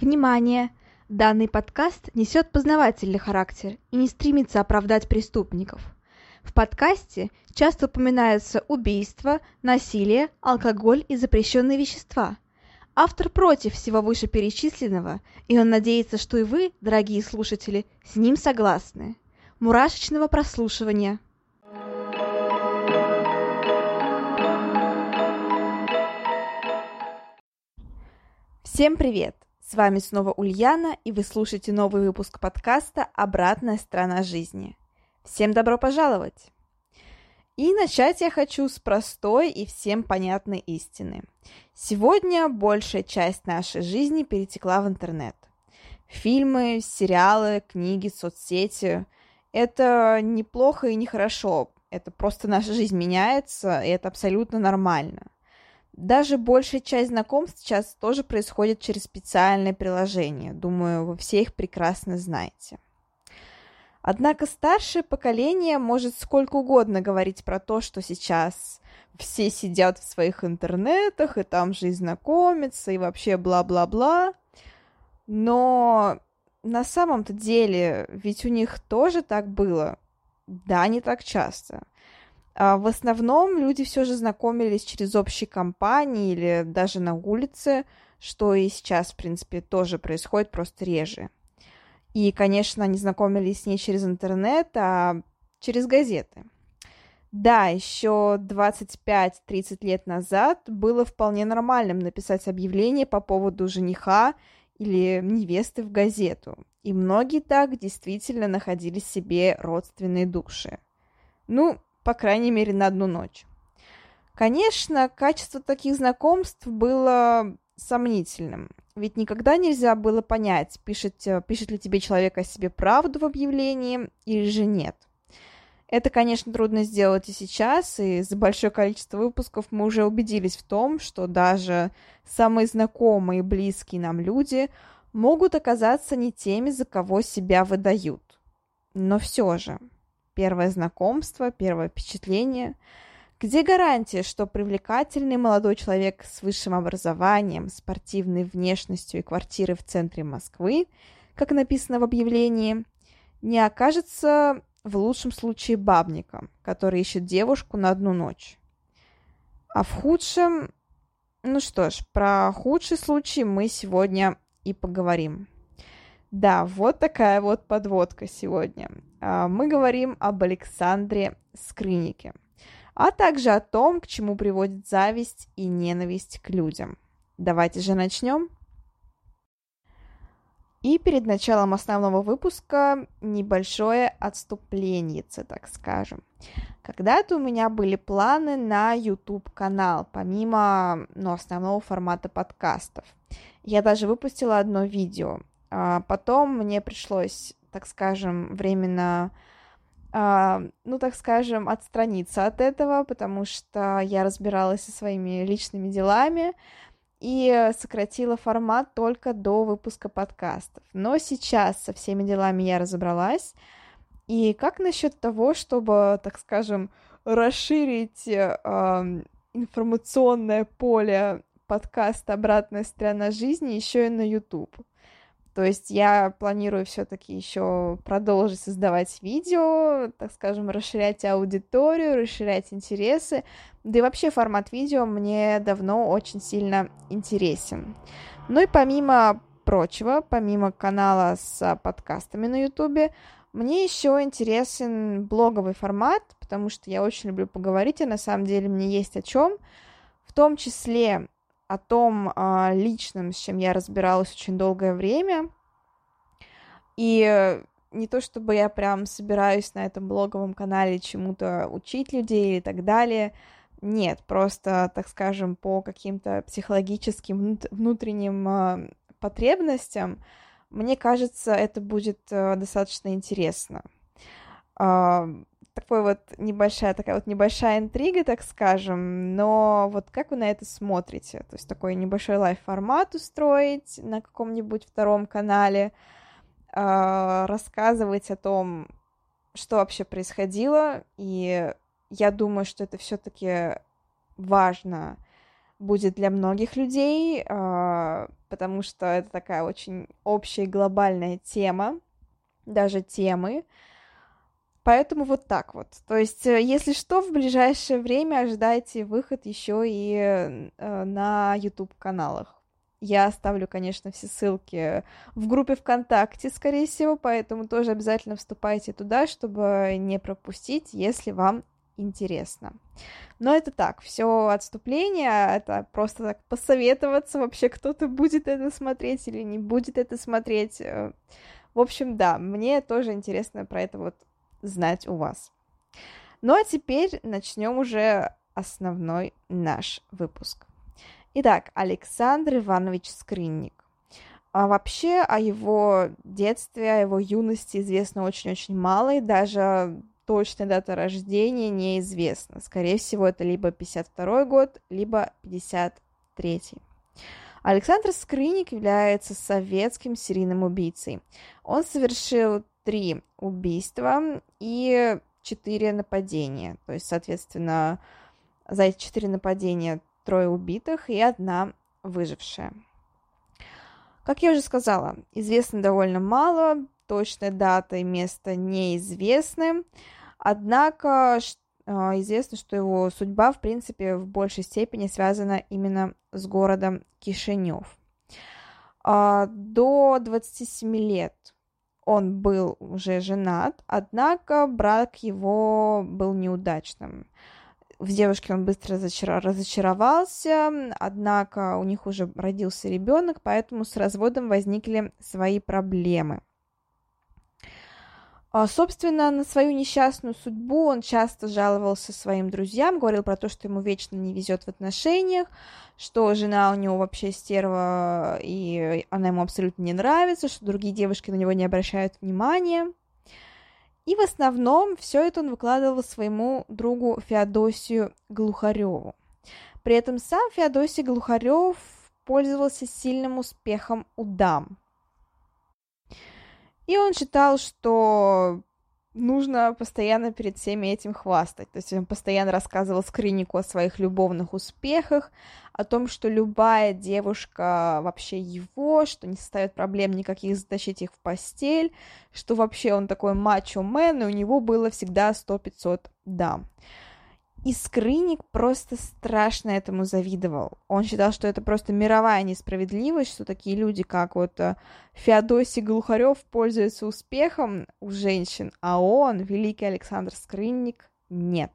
Внимание! Данный подкаст несет познавательный характер и не стремится оправдать преступников. В подкасте часто упоминаются убийства, насилие, алкоголь и запрещенные вещества. Автор против всего вышеперечисленного, и он надеется, что и вы, дорогие слушатели, с ним согласны. Мурашечного прослушивания! Всем привет! С вами снова Ульяна, и вы слушаете новый выпуск подкаста «Обратная сторона жизни». Всем добро пожаловать! И начать я хочу с простой и всем понятной истины. Сегодня большая часть нашей жизни перетекла в интернет. Фильмы, сериалы, книги, соцсети – это неплохо и нехорошо. Это просто наша жизнь меняется, и это абсолютно нормально. Даже большая часть знакомств сейчас тоже происходит через специальные приложения. Думаю, вы все их прекрасно знаете. Однако старшее поколение может сколько угодно говорить про то, что сейчас все сидят в своих интернетах, и там же и знакомятся, и вообще бла-бла-бла. Но на самом-то деле ведь у них тоже так было. Да, не так часто. В основном люди все же знакомились через общие компании или даже на улице, что и сейчас, в принципе, тоже происходит, просто реже. И, конечно, они знакомились не через интернет, а через газеты. Да, еще 25-30 лет назад было вполне нормальным написать объявление по поводу жениха или невесты в газету. И многие так действительно находили себе родственные души. По крайней мере, на одну ночь. Конечно, качество таких знакомств было сомнительным. Ведь никогда нельзя было понять, пишет ли тебе человек о себе правду в объявлении или же нет. Это, конечно, трудно сделать и сейчас, и за большое количество выпусков мы уже убедились в том, что даже самые знакомые и близкие нам люди могут оказаться не теми, за кого себя выдают. Но все же, первое знакомство, первое впечатление. Где гарантия, что привлекательный молодой человек с высшим образованием, спортивной внешностью и квартирой в центре Москвы, как написано в объявлении, не окажется в лучшем случае бабником, который ищет девушку на одну ночь? А в худшем... про худший случай мы сегодня и поговорим. Да, вот такая вот подводка сегодня. Мы говорим об Александре Скрыннике, а также о том, к чему приводит зависть и ненависть к людям. Давайте же начнем. И перед началом основного выпуска небольшое отступление, так скажем. Когда-то у меня были планы на YouTube-канал, помимо основного формата подкастов. Я даже выпустила одно видео. Потом мне пришлось, так скажем, временно, отстраниться от этого, потому что я разбиралась со своими личными делами и сократила формат только до выпуска подкастов. Но сейчас со всеми делами я разобралась. И как насчет того, чтобы, так скажем, расширить информационное поле подкаста «Обратная сторона жизни» еще и на YouTube? То есть я планирую все-таки еще продолжить создавать видео, так скажем, расширять аудиторию, расширять интересы. Да и вообще формат видео мне давно очень сильно интересен. Ну и помимо прочего, помимо канала с подкастами на YouTube, мне еще интересен блоговый формат, потому что я очень люблю поговорить, и на самом деле мне есть о чем, в том числе о том личном, с чем я разбиралась очень долгое время. И не то чтобы я прям собираюсь на этом блоговом канале чему-то учить людей и так далее. Нет, просто, так скажем, по каким-то психологическим внутренним потребностям, мне кажется, это будет достаточно интересно. Такая вот небольшая интрига, так скажем, но вот как вы на это смотрите? То есть такой небольшой лайв-формат устроить на каком-нибудь втором канале, рассказывать о том, что вообще происходило, и я думаю, что это все-таки важно будет для многих людей, потому что это такая очень общая и глобальная тема, даже темы. Поэтому вот так вот. То есть, если что, в ближайшее время ожидайте выход еще и на YouTube-каналах. Я оставлю, конечно, все ссылки в группе ВКонтакте, скорее всего, поэтому тоже обязательно вступайте туда, чтобы не пропустить, если вам интересно. Но это так, все отступление, это просто так посоветоваться, вообще кто-то будет это смотреть или не будет это смотреть. В общем, да, мне тоже интересно про это вот знать у вас. Ну а теперь начнем уже основной наш выпуск. Итак, Александр Иванович Скрынник. А вообще о его детстве, о его юности известно очень-очень мало, и даже точная дата рождения неизвестна. Скорее всего, это либо 52-й год, либо 53-й. Александр Скрынник является советским серийным убийцей. Он совершил 3 убийства и 4 нападения. То есть, соответственно, за эти 4 нападения 3 убитых и 1 выжившая. Как я уже сказала, известно довольно мало, точная дата и место неизвестны. Однако известно, что его судьба, в принципе, в большей степени связана именно с городом Кишинев. До 27 лет он был уже женат, однако брак его был неудачным. В девушке он быстро разочаровался, однако у них уже родился ребенок, поэтому с разводом возникли свои проблемы. Собственно, на свою несчастную судьбу он часто жаловался своим друзьям, говорил про то, что ему вечно не везет в отношениях, что жена у него вообще стерва, и она ему абсолютно не нравится, что другие девушки на него не обращают внимания. И в основном все это он выкладывал своему другу Феодосию Глухареву. При этом сам Феодосий Глухарев пользовался сильным успехом у дам. И он считал, что нужно постоянно перед всеми этим хвастать. То есть он постоянно рассказывал Скрыннику о своих любовных успехах, о том, что любая девушка вообще его, что не составит проблем никаких затащить их в постель, что вообще он такой мачо-мен, и у него было всегда 100-500 дам. И Скрынник просто страшно этому завидовал. Он считал, что это просто мировая несправедливость, что такие люди, как вот Феодосий Глухарев, пользуются успехом у женщин, а он, великий Александр Скрынник, нет.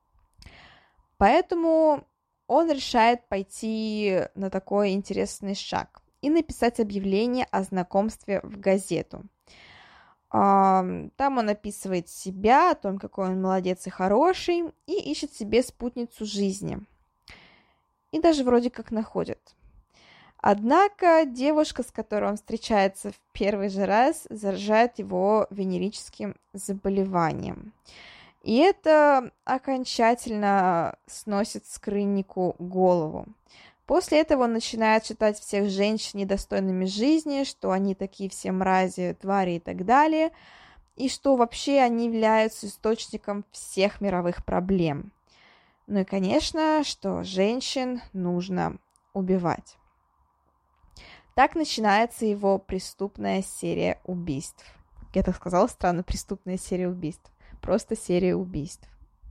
Поэтому он решает пойти на такой интересный шаг и написать объявление о знакомстве в газету. Там он описывает себя, о том, какой он молодец и хороший, и ищет себе спутницу жизни. И даже вроде как находит. Однако девушка, с которой он встречается в первый же раз, заражает его венерическим заболеванием. И это окончательно сносит Скрыннику голову. После этого он начинает считать всех женщин недостойными жизни, что они такие все мрази, твари и так далее, и что вообще они являются источником всех мировых проблем. Ну и, конечно, что женщин нужно убивать. Так начинается его преступная серия убийств. Я так сказала, странно, преступная серия убийств. Просто серия убийств.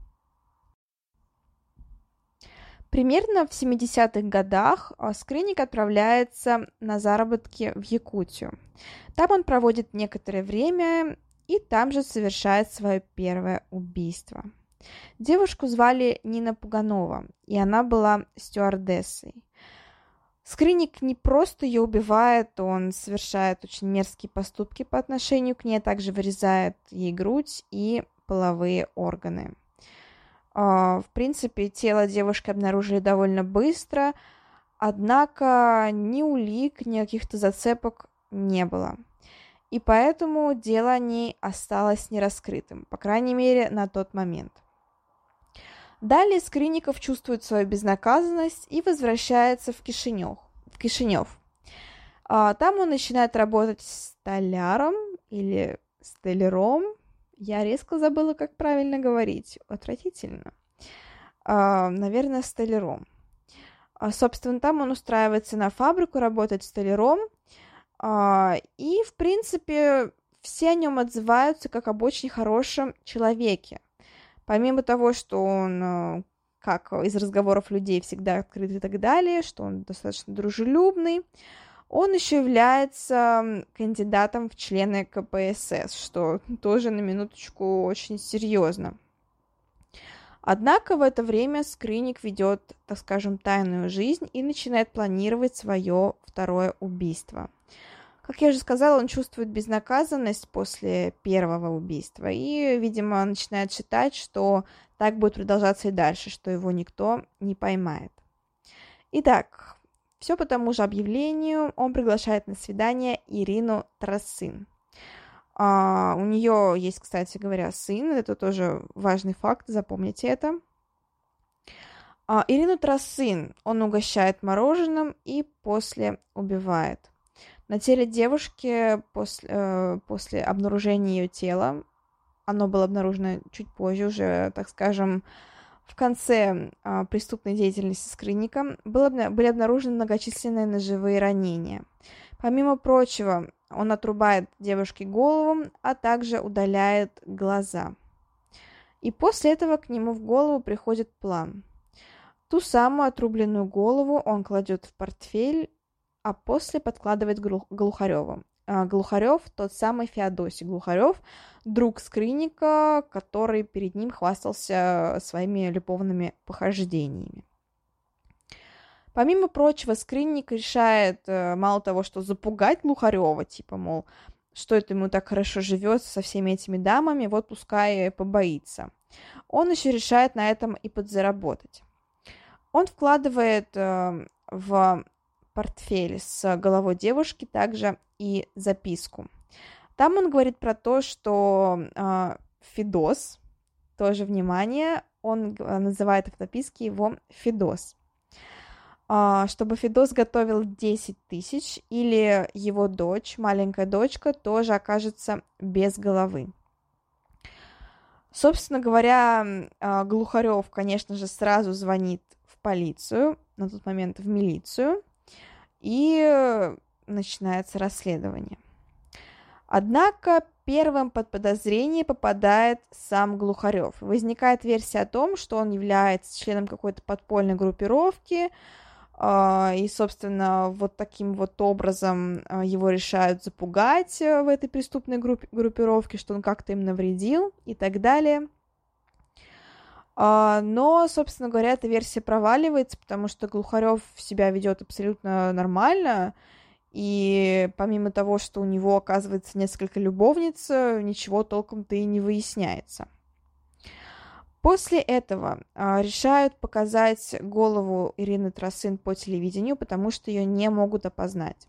Примерно в 70-х годах Скрынник отправляется на заработки в Якутию. Там он проводит некоторое время и там же совершает свое первое убийство. Девушку звали Нина Пуганова, и она была стюардессой. Скрынник не просто ее убивает, он совершает очень мерзкие поступки по отношению к ней, а также вырезает ей грудь и половые органы. В принципе, тело девушки обнаружили довольно быстро, однако ни улик, ни каких-то зацепок не было. И поэтому дело о ней осталось нераскрытым, по крайней мере, на тот момент. Далее Скрынников чувствует свою безнаказанность и возвращается в Кишинев. Там он начинает работать столяром или столяром. Я резко забыла, как правильно говорить. Отвратительно. Наверное, столяром. Собственно, там он устраивается на фабрику, работает столяром, и, в принципе, все о нем отзываются как об очень хорошем человеке. Помимо того, что он, как из разговоров людей, всегда открыт и так далее, что он достаточно дружелюбный, он еще является кандидатом в члены КПСС, что тоже на минуточку очень серьезно. Однако в это время Скрынник ведет, так скажем, тайную жизнь и начинает планировать свое второе убийство. Как я уже сказала, он чувствует безнаказанность после первого убийства и, видимо, начинает считать, что так будет продолжаться и дальше, что его никто не поймает. Итак, все по тому же объявлению он приглашает на свидание Ирину Трасын. У нее есть, кстати говоря, сын, это тоже важный факт, запомните это. Ирину Трасын он угощает мороженым и после убивает. На теле девушки после обнаружения ее тела, оно было обнаружено чуть позже, уже, так скажем, в конце преступной деятельности Скрынника, были обнаружены многочисленные ножевые ранения. Помимо прочего, он отрубает девушке голову, а также удаляет глаза. И после этого к нему в голову приходит план. Ту самую отрубленную голову он кладет в портфель, а после подкладывает Глухареву. Глухарев — тот самый Феодосий Глухарев, друг Скрынника, который перед ним хвастался своими любовными похождениями. Помимо прочего, Скрынник решает мало того, что запугать Глухарева, типа, мол, что это ему так хорошо живется со всеми этими дамами, вот пускай побоится. Он еще решает на этом и подзаработать. Он вкладывает в портфель с головой девушки также и записку. Там он говорит про то, что Федос, тоже внимание, он называет в записке его Федос, чтобы Федос готовил 10 тысяч, или его дочь, маленькая дочка, тоже окажется без головы. Собственно говоря, Глухарев, конечно же, сразу звонит в полицию, на тот момент в милицию, и начинается расследование. Однако первым под подозрение попадает сам Глухарев. Возникает версия о том, что он является членом какой-то подпольной группировки, и, собственно, вот таким вот образом его решают запугать в этой преступной группировке, что он как-то им навредил и так далее. Но, собственно говоря, эта версия проваливается, потому что Глухарев себя ведет абсолютно нормально, и помимо того, что у него оказывается несколько любовниц, ничего толком-то и не выясняется. После этого решают показать голову Ирины Трасын по телевидению, потому что ее не могут опознать.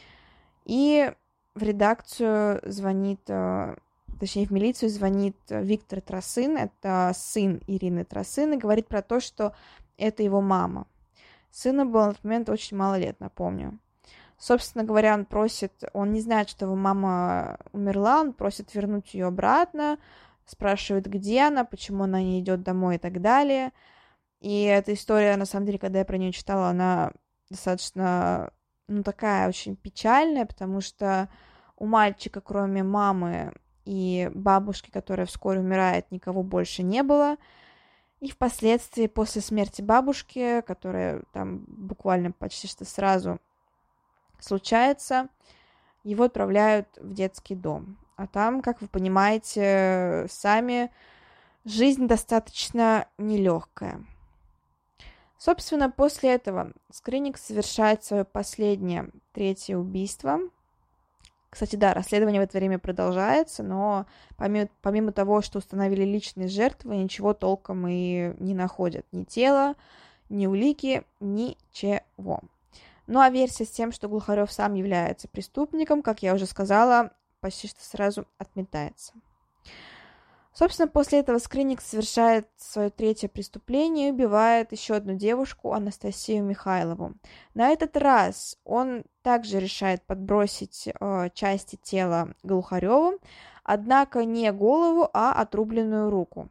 И в редакцию звонит, точнее, в милицию звонит Виктор Трасын, это сын Ирины Трасын, и говорит про то, что это его мама. Сыну было на тот момент очень мало лет, напомню. Собственно говоря, он не знает, что его мама умерла, он просит вернуть ее обратно, спрашивает, где она, почему она не идет домой и так далее. И эта история, на самом деле, когда я про нее читала, она достаточно, такая очень печальная, потому что у мальчика, кроме мамы и бабушки, которая вскоре умирает, никого больше не было. И впоследствии, после смерти бабушки, которая там буквально почти что сразу случается, его отправляют в детский дом. А там, как вы понимаете сами, жизнь достаточно нелегкая. Собственно, после этого Скрынник совершает свое последнее, третье убийство. Кстати, да, расследование в это время продолжается, но помимо того, что установили личные жертвы, ничего толком и не находят. Ни тела, ни улики, ничего. Ну а версия с тем, что Глухарев сам является преступником, как я уже сказала, почти что сразу отметается. Собственно, после этого Скрынник совершает свое третье преступление и убивает еще одну девушку, Анастасию Михайлову. На этот раз он также решает подбросить части тела Глухареву, однако не голову, а отрубленную руку.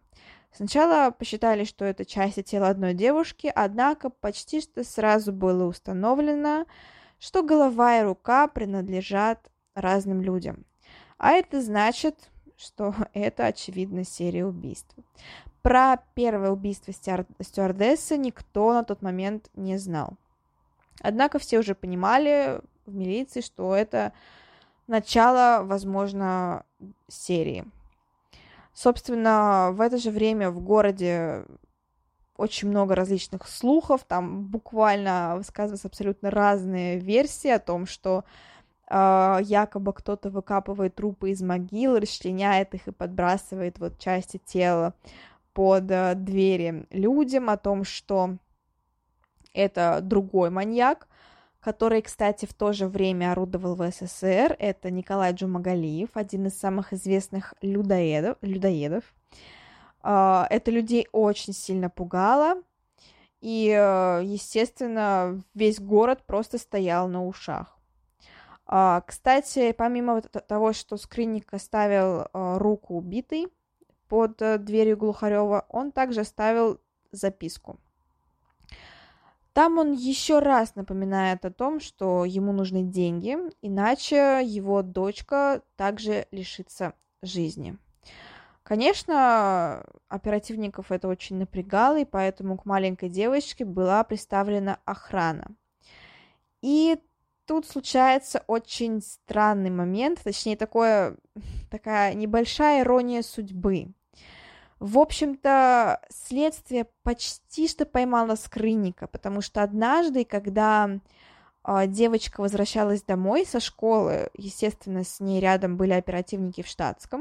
Сначала посчитали, что это части тела одной девушки, однако почти что сразу было установлено, что голова и рука принадлежат разным людям. А это значит, что это, очевидно, серия убийств. Про первое убийство стюардессы никто на тот момент не знал. Однако все уже понимали в милиции, что это начало, возможно, серии. Собственно, в это же время в городе очень много различных слухов, там буквально высказываются абсолютно разные версии о том, что якобы кто-то выкапывает трупы из могил, расчленяет их и подбрасывает вот части тела под двери людям, о том, что это другой маньяк, который, кстати, в то же время орудовал в СССР. Это Николай Джумагалиев, один из самых известных людоедов. Это людей очень сильно пугало, и, естественно, весь город просто стоял на ушах. Кстати, помимо того, что Скрынник оставил руку убитой под дверью Глухарева, он также оставил записку. Там он еще раз напоминает о том, что ему нужны деньги, иначе его дочка также лишится жизни. Конечно, оперативников это очень напрягало, и поэтому к маленькой девочке была представлена охрана. И тут случается очень странный момент, точнее, такая небольшая ирония судьбы. В общем-то, следствие почти что поймало Скрынника, потому что однажды, когда девочка возвращалась домой со школы, естественно, с ней рядом были оперативники в штатском,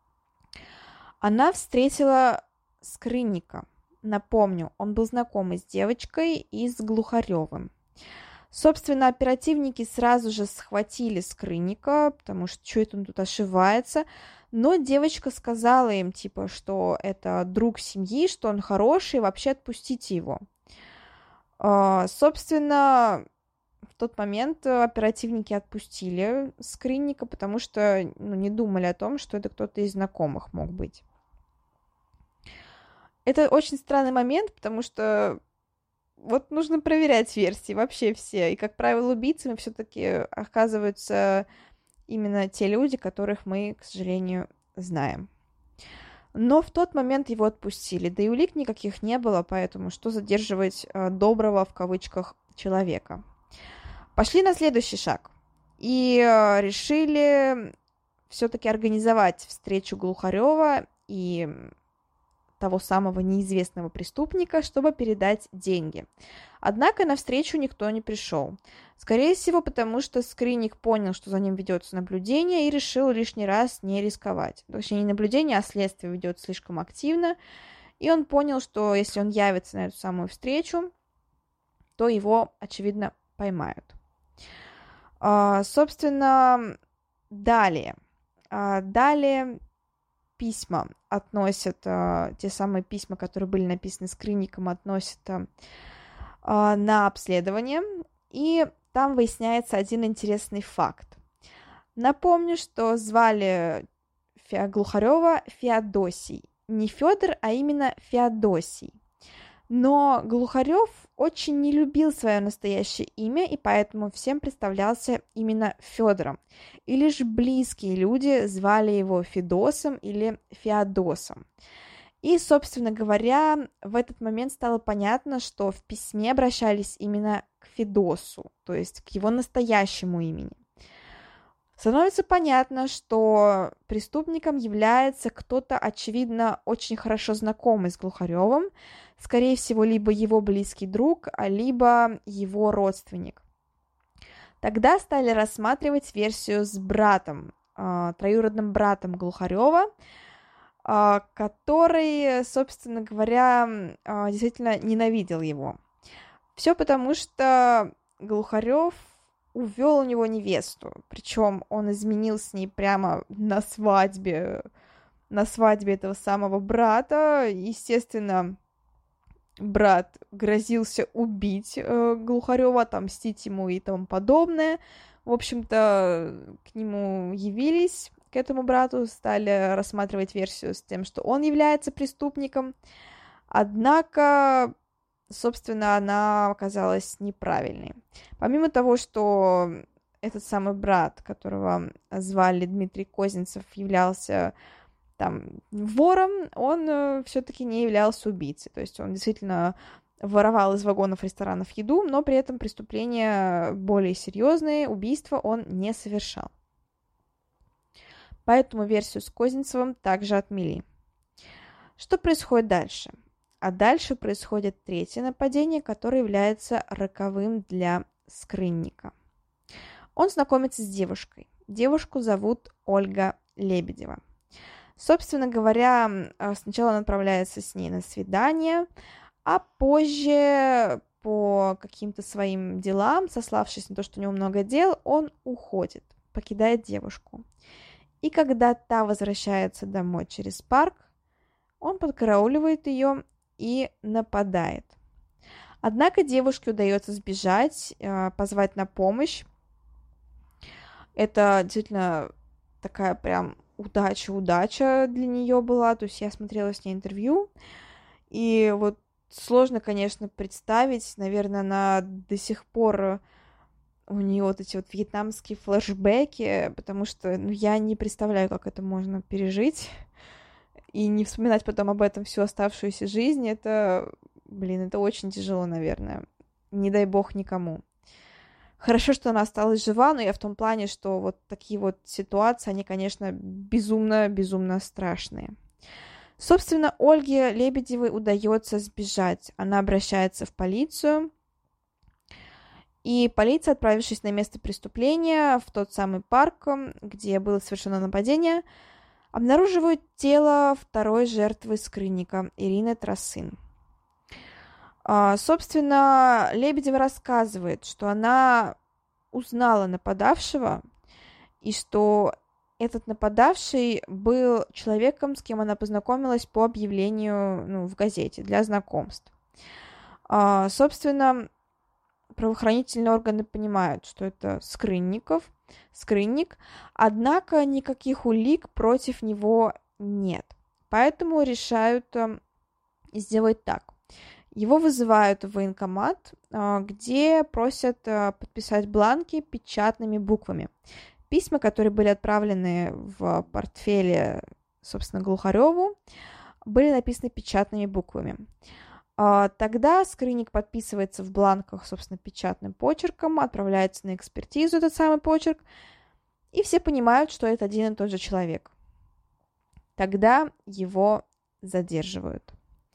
она встретила Скрынника. Напомню, он был знаком с девочкой и с Глухаревым. Собственно, оперативники сразу же схватили Скрынника, потому что это он тут ошивается. Но девочка сказала им, типа, что это друг семьи, что он хороший, вообще отпустите его. Собственно, в тот момент оперативники отпустили Скрынника, потому что не думали о том, что это кто-то из знакомых мог быть. Это очень странный момент, потому что вот нужно проверять версии вообще все. И, как правило, убийцами все-таки оказываются именно те люди, которых мы, к сожалению, знаем. Но в тот момент его отпустили, да и улик никаких не было, поэтому что задерживать доброго, в кавычках, человека. Пошли на следующий шаг. И решили все-таки организовать встречу Глухарева и того самого неизвестного преступника, чтобы передать деньги. Однако на встречу никто не пришел. Скорее всего, потому что Скрынник понял, что за ним ведется наблюдение, и решил лишний раз не рисковать. Точнее, не наблюдение, а следствие ведет слишком активно. И он понял, что если он явится на эту самую встречу, то его, очевидно, поймают. Собственно, далее письма относят, те самые письма, которые были написаны Скрынником, относят на обследование, и там выясняется один интересный факт. Напомню, что звали Глухарева Феодосий. Не Федор, а именно Феодосий. Но Глухарев очень не любил свое настоящее имя, и поэтому всем представлялся именно Федором. И лишь близкие люди звали его Федосом или Феодосом. И, собственно говоря, в этот момент стало понятно, что в письме обращались именно к Федосу, то есть к его настоящему имени. Становится понятно, что преступником является кто-то, очевидно, очень хорошо знакомый с Глухаревым, скорее всего, либо его близкий друг, либо его родственник. Тогда стали рассматривать версию с братом, троюродным братом Глухарева, который, собственно говоря, действительно ненавидел его. Все потому, что Глухарев увел у него невесту, причем он изменил с ней прямо на свадьбе этого самого брата. Естественно, брат грозился убить Глухарева, отомстить ему и тому подобное. В общем-то, к нему явились к этому брату, стали рассматривать версию с тем, что он является преступником. Однако, собственно, она оказалась неправильной. Помимо того, что этот самый брат, которого звали Дмитрий Козинцев, являлся там вором, он все-таки не являлся убийцей. То есть он действительно воровал из вагонов ресторанов еду, но при этом преступления более серьезные, убийства он не совершал. Поэтому версию с Козинцевым также отмели. Что происходит дальше? А дальше происходит третье нападение, которое является роковым для Скрынника. Он знакомится с девушкой. Девушку зовут Ольга Лебедева. Собственно говоря, сначала он отправляется с ней на свидание, а позже по каким-то своим делам, сославшись на то, что у него много дел, он уходит, покидает девушку. И когда та возвращается домой через парк, он подкарауливает ее и нападает. Однако девушке удается сбежать, позвать на помощь. Это действительно такая прям удача для нее была. То есть я смотрела с ней интервью, и вот сложно, конечно, представить. Наверное, она до сих пор у нее вот эти вот вьетнамские флешбеки, потому что я не представляю, как это можно пережить и не вспоминать потом об этом всю оставшуюся жизнь. Это очень тяжело, наверное. Не дай бог никому. Хорошо, что она осталась жива, но я в том плане, что вот такие вот ситуации, они, конечно, безумно страшные. Собственно, Ольге Лебедевой удается сбежать. Она обращается в полицию, и полиция, отправившись на место преступления, в тот самый парк, где было совершено нападение, обнаруживают тело второй жертвы Скрынника, Ирины Троссын. Собственно, Лебедева рассказывает, что она узнала нападавшего, и что этот нападавший был человеком, с кем она познакомилась по объявлению в газете для знакомств. Собственно, правоохранительные органы понимают, что это Скрынник, однако никаких улик против него нет. Поэтому решают сделать так. Его вызывают в военкомат, где просят подписать бланки печатными буквами. Письма, которые были отправлены в портфеле, собственно, Глухареву, были написаны печатными буквами. Тогда Скрынник подписывается в бланках, собственно, печатным почерком, отправляется на экспертизу этот самый почерк, и все понимают, что это один и тот же человек. Тогда его задерживают.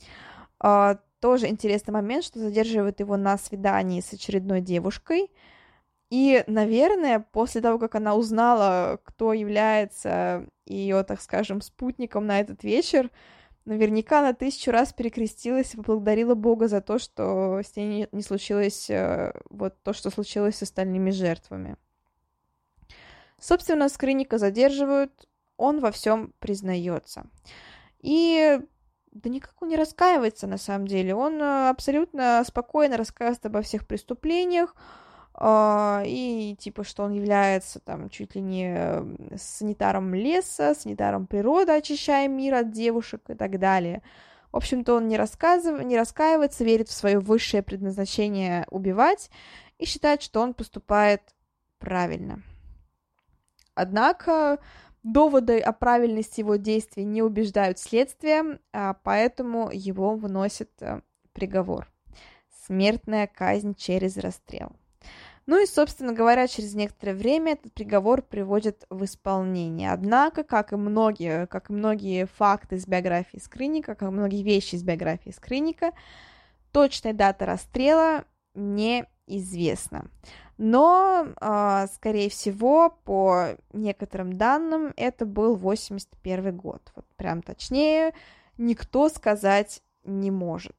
Тоже интересный момент, что задерживают его на свидании с очередной девушкой. И, наверное, после того, как она узнала, кто является ее, так скажем, спутником на этот вечер, наверняка она 1000 раз перекрестилась и поблагодарила Бога за то, что с ней не случилось вот то, что случилось с остальными жертвами. Собственно, Скрынника задерживают, он во всем признается. И да никак он не раскаивается, на самом деле. Он абсолютно спокойно рассказывает обо всех преступлениях, и типа, что он является там чуть ли не санитаром леса, санитаром природы, очищая мир от девушек и так далее. В общем-то, он не раскаивается, верит в свое высшее предназначение убивать и считает, что он поступает правильно. Однако доводы о правильности его действий не убеждают следствие, поэтому его выносит приговор. Смертная казнь через расстрел. Ну и, собственно говоря, через некоторое время этот приговор приводят в исполнение. Однако, как и многие факты из биографии Скрынника, как и многие вещи из биографии Скрынника, точная дата расстрела неизвестна. Но, скорее всего, по некоторым данным, это был 81 год. Вот прям точнее никто сказать не может.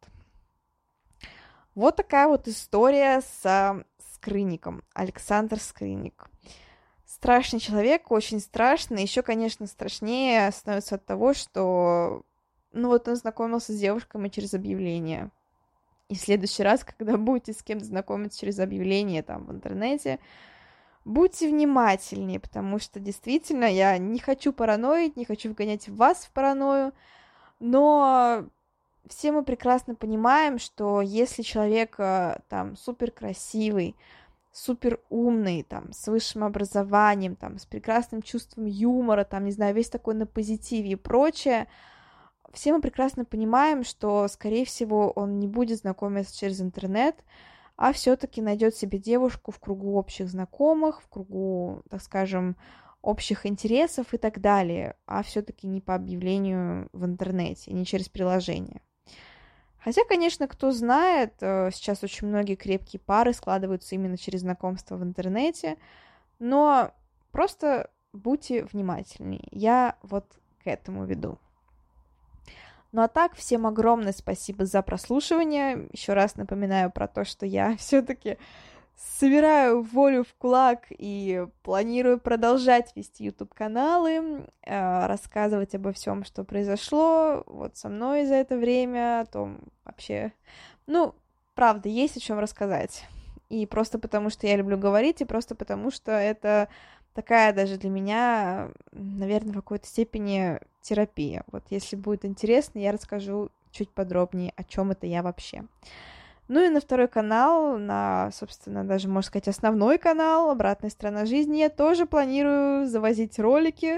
Вот такая вот история с Скрынником. Александр Скрынник. Страшный человек, очень страшный. Еще, конечно, страшнее становится от того, что он знакомился с девушками через объявление. И в следующий раз, когда будете с кем-то знакомиться через объявление там в интернете, Будьте внимательнее, потому что действительно я не хочу параноить, не хочу вгонять вас в паранойю, но все мы прекрасно понимаем, что если человек там супер красивый, супер умный, там, с высшим образованием, там, с прекрасным чувством юмора, там, не знаю, весь такой на позитиве и прочее, все мы прекрасно понимаем, что, скорее всего, он не будет знакомиться через интернет, а все-таки найдет себе девушку в кругу общих знакомых, в кругу, так скажем, общих интересов и так далее, а все-таки не по объявлению в интернете, не через приложение. Хотя, конечно, кто знает, сейчас очень многие крепкие пары складываются именно через знакомство в интернете, но просто будьте внимательнее. Я вот к этому веду. Ну а так, всем огромное спасибо за прослушивание. Еще раз напоминаю про то, что я все-таки собираю волю в кулак и планирую продолжать вести YouTube-каналы, рассказывать обо всем, что произошло вот со мной за это время, о том вообще... Ну, правда, есть о чем рассказать. И просто потому, что я люблю говорить, и просто потому, что это такая даже для меня, наверное, в какой-то степени терапия. Вот если будет интересно, я расскажу чуть подробнее, о чем это я вообще. Ну и на второй канал, на, собственно, даже, можно сказать, основной канал «Обратная сторона жизни» я тоже планирую завозить ролики.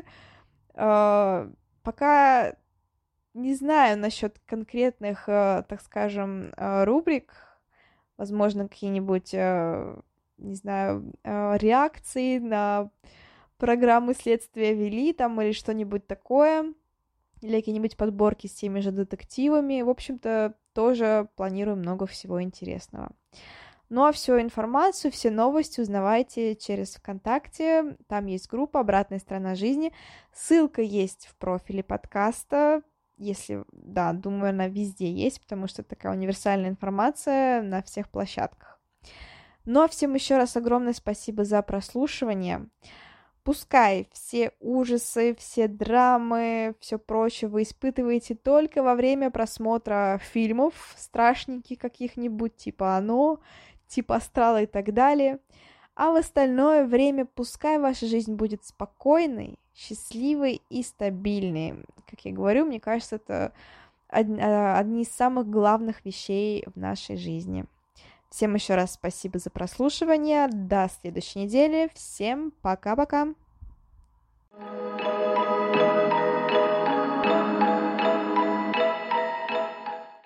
Пока не знаю насчет конкретных, так скажем, рубрик, возможно, какие-нибудь, не знаю, реакции на программы «Следствие вели» там или что-нибудь такое, или какие-нибудь подборки с теми же детективами. В общем-то, тоже планирую много всего интересного. Ну а всю информацию, все новости узнавайте через ВКонтакте. Там есть группа «Обратная сторона жизни». Ссылка есть в профиле подкаста. Если, да, думаю, она везде есть, потому что такая универсальная информация на всех площадках. Ну а всем еще раз огромное спасибо за прослушивание. Пускай все ужасы, все драмы, все прочее вы испытываете только во время просмотра фильмов страшненьких каких-нибудь, типа «Оно», типа «Астрала» и так далее. А в остальное время пускай ваша жизнь будет спокойной, счастливой и стабильной. Как я говорю, мне кажется, это одни из самых главных вещей в нашей жизни. Всем еще раз спасибо за прослушивание. До следующей недели. Всем пока-пока.